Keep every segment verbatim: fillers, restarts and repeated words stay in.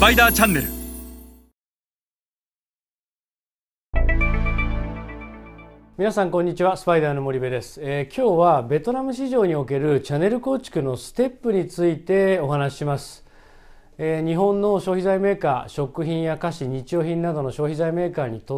パイダーチャンネル。 皆さんこんにちは、スパイダーの森部です、えー、今日はベトナム市場におけるチャンネル構築のステップについてお話しします。えー、日本の消費財メーカー、食品や菓子、日用品などの消費財メーカーにとって、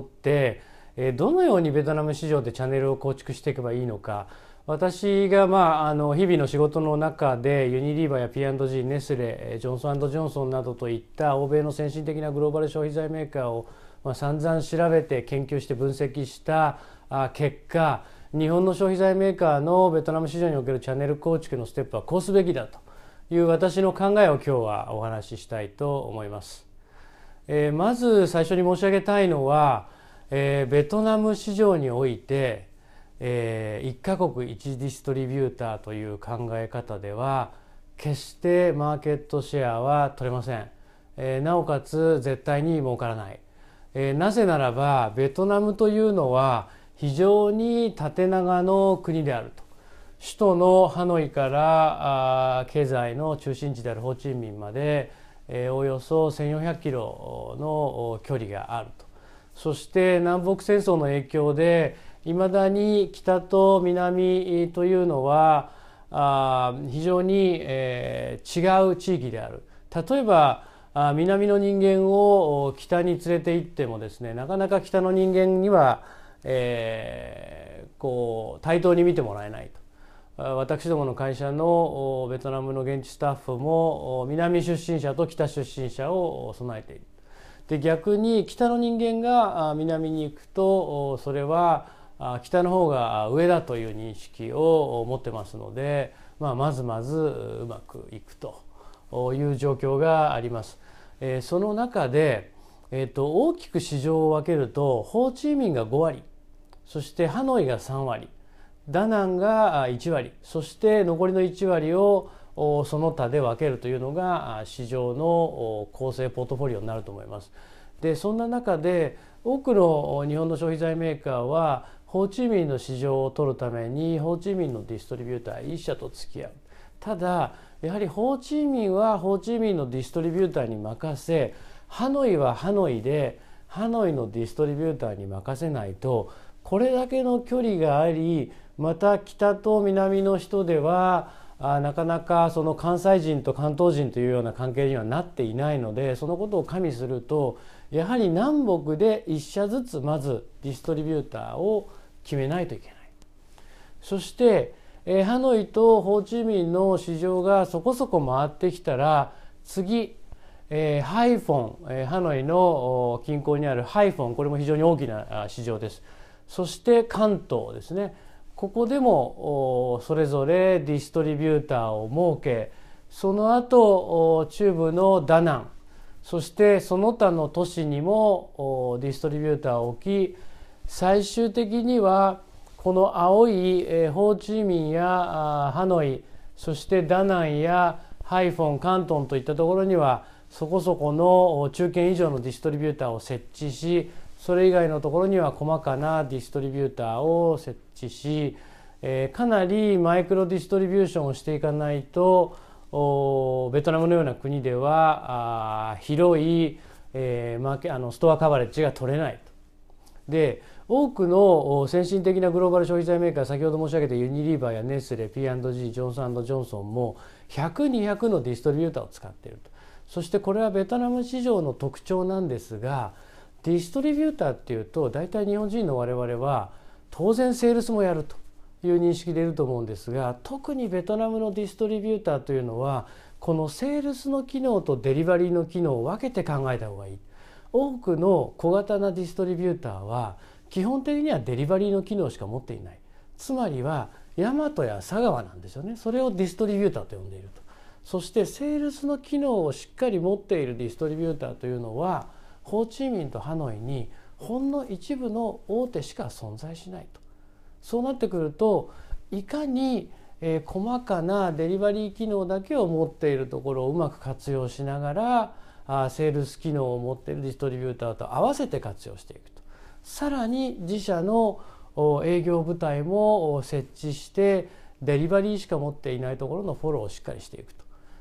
えー、どのようにベトナム市場でチャンネルを構築していけばいいのか、私が、まあ、あの日々の仕事の中でユニリーバーや ピーアンドジー、ネスレ、ジョンソン&ジョンソンなどといった欧米の先進的なグローバル消費財メーカーを、まあ、散々調べて研究して分析した結果、日本の消費財メーカーのベトナム市場におけるチャンネル構築のステップはこうすべきだという私の考えを今日はお話ししたいと思います。えー、まず最初に申し上げたいのは、えー、ベトナム市場において、えー、いっカ国いちディストリビューターという考え方では決してマーケットシェアは取れません。えー、なおかつ絶対に儲からない。えー、なぜならばベトナムというのは非常に縦長の国であると。首都のハノイからあ経済の中心地であるホーチミンまで、えー、およそせんよんひゃくキロの距離があると。そして南北戦争の影響でいまだに北と南というのはあ非常に、えー、違う地域である。例えばあ南の人間を北に連れて行ってもですね、なかなか北の人間にはえー、こう対等に見てもらえないと。私どもの会社のベトナムの現地スタッフも南出身者と北出身者を備えている。で逆に北の人間が南に行くとそれは北の方が上だという認識を持ってますので、まあ、まずまずうまくいくという状況があります。えー、その中で、えーと、大きく市場を分けるとホーチミンがごわり、そしてハノイがさんわり、ダナンがいちわり、そして残りのいちわりをその他で分けるというのが市場の構成ポートフォリオになると思います。でそんな中で多くの日本の消費財メーカーはホーチミンの市場を取るためにホーチミンのディストリビューターいっ社と付き合う。ただやはりホーチミンはホーチミンのディストリビューターに任せ、ハノイはハノイでハノイのディストリビューターに任せないと、これだけの距離があり、また北と南の人ではあなかなかその関西人と関東人というような関係にはなっていないので、そのことを加味するとやはり南北でいっ社ずつまずディストリビューターを決めないといけない。そしてえハノイとホーチミンの市場がそこそこ回ってきたら次、えー、ハイフォン、えー、ハノイの近郊にあるハイフォン、これも非常に大きな市場です。そして関東ですね、ここでもそれぞれディストリビューターを設け、その後中部のダナン、そしてその他の都市にもディストリビューターを置き、最終的にはこの青いホーチミンやハノイ、そしてダナンやハイフォン、カントンといったところにはそこそこの中堅以上のディストリビューターを設置し、それ以外のところには細かなディストリビューターを設置し、えー、かなりマイクロディストリビューションをしていかないとベトナムのような国ではあ広い、えー、マーケあのストアカバレッジが取れないと。で多くの先進的なグローバル消費財メーカー、先ほど申し上げたユニリーバーやネスレ、 ピーアンドジー、 ジョンソン&ジョンソンもひゃく、にひゃくのディストリビューターを使っていると。そしてこれはベトナム市場の特徴なんですが、ディストリビューターっていうと大体日本人の我々は当然セールスもやるという認識でいると思うんですが、特にベトナムのディストリビューターというのはこのセールスの機能とデリバリーの機能を分けて考えた方がいい。多くの小型なディストリビューターは基本的にはデリバリーの機能しか持っていない。つまりはヤマトや佐川なんですよね。それをディストリビューターと呼んでいると。そしてセールスの機能をしっかり持っているディストリビューターというのはホーチミンとハノイにほんの一部の大手しか存在しないと。そうなってくるといかにえ細かなデリバリー機能だけを持っているところをうまく活用しながらあセールス機能を持っているディストリビューターと合わせて活用していくと。さらに自社の営業部隊も設置してデリバリーしか持っていないところのフォローをしっかりしていくと。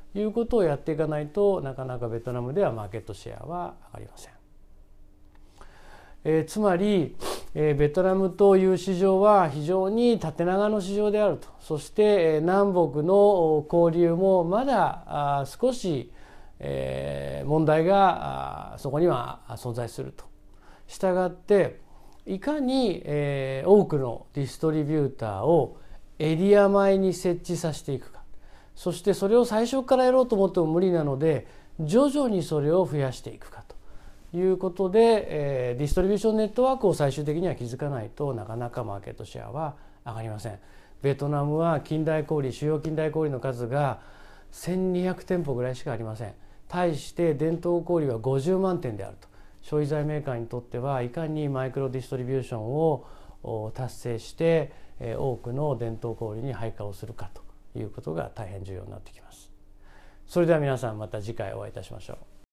いうことをやっていかないとなかなかベトナムではマーケットシェアは上がりません。えー、つまり、えー、ベトナムという市場は非常に縦長の市場であると。そして、えー、南北の交流もまだあ少し、えー、問題があそこには存在すると。したがっていかに、えー、多くのディストリビューターをエリア前に設置させていくか。そしてそれを最初からやろうと思っても無理なので徐々にそれを増やしていくかということで、えー、ディストリビューションネットワークを最終的には築かないとなかなかマーケットシェアは上がりません。ベトナムは近代小売、主要近代小売の数がせんにひゃく店舗ぐらいしかありません。対して伝統小売はごじゅうまんてんであると。消費財メーカーにとってはいかにマイクロディストリビューションを達成して多くの伝統小売に配下をするかということが大変重要になってきます。それでは皆さんまた次回お会いいたしましょう。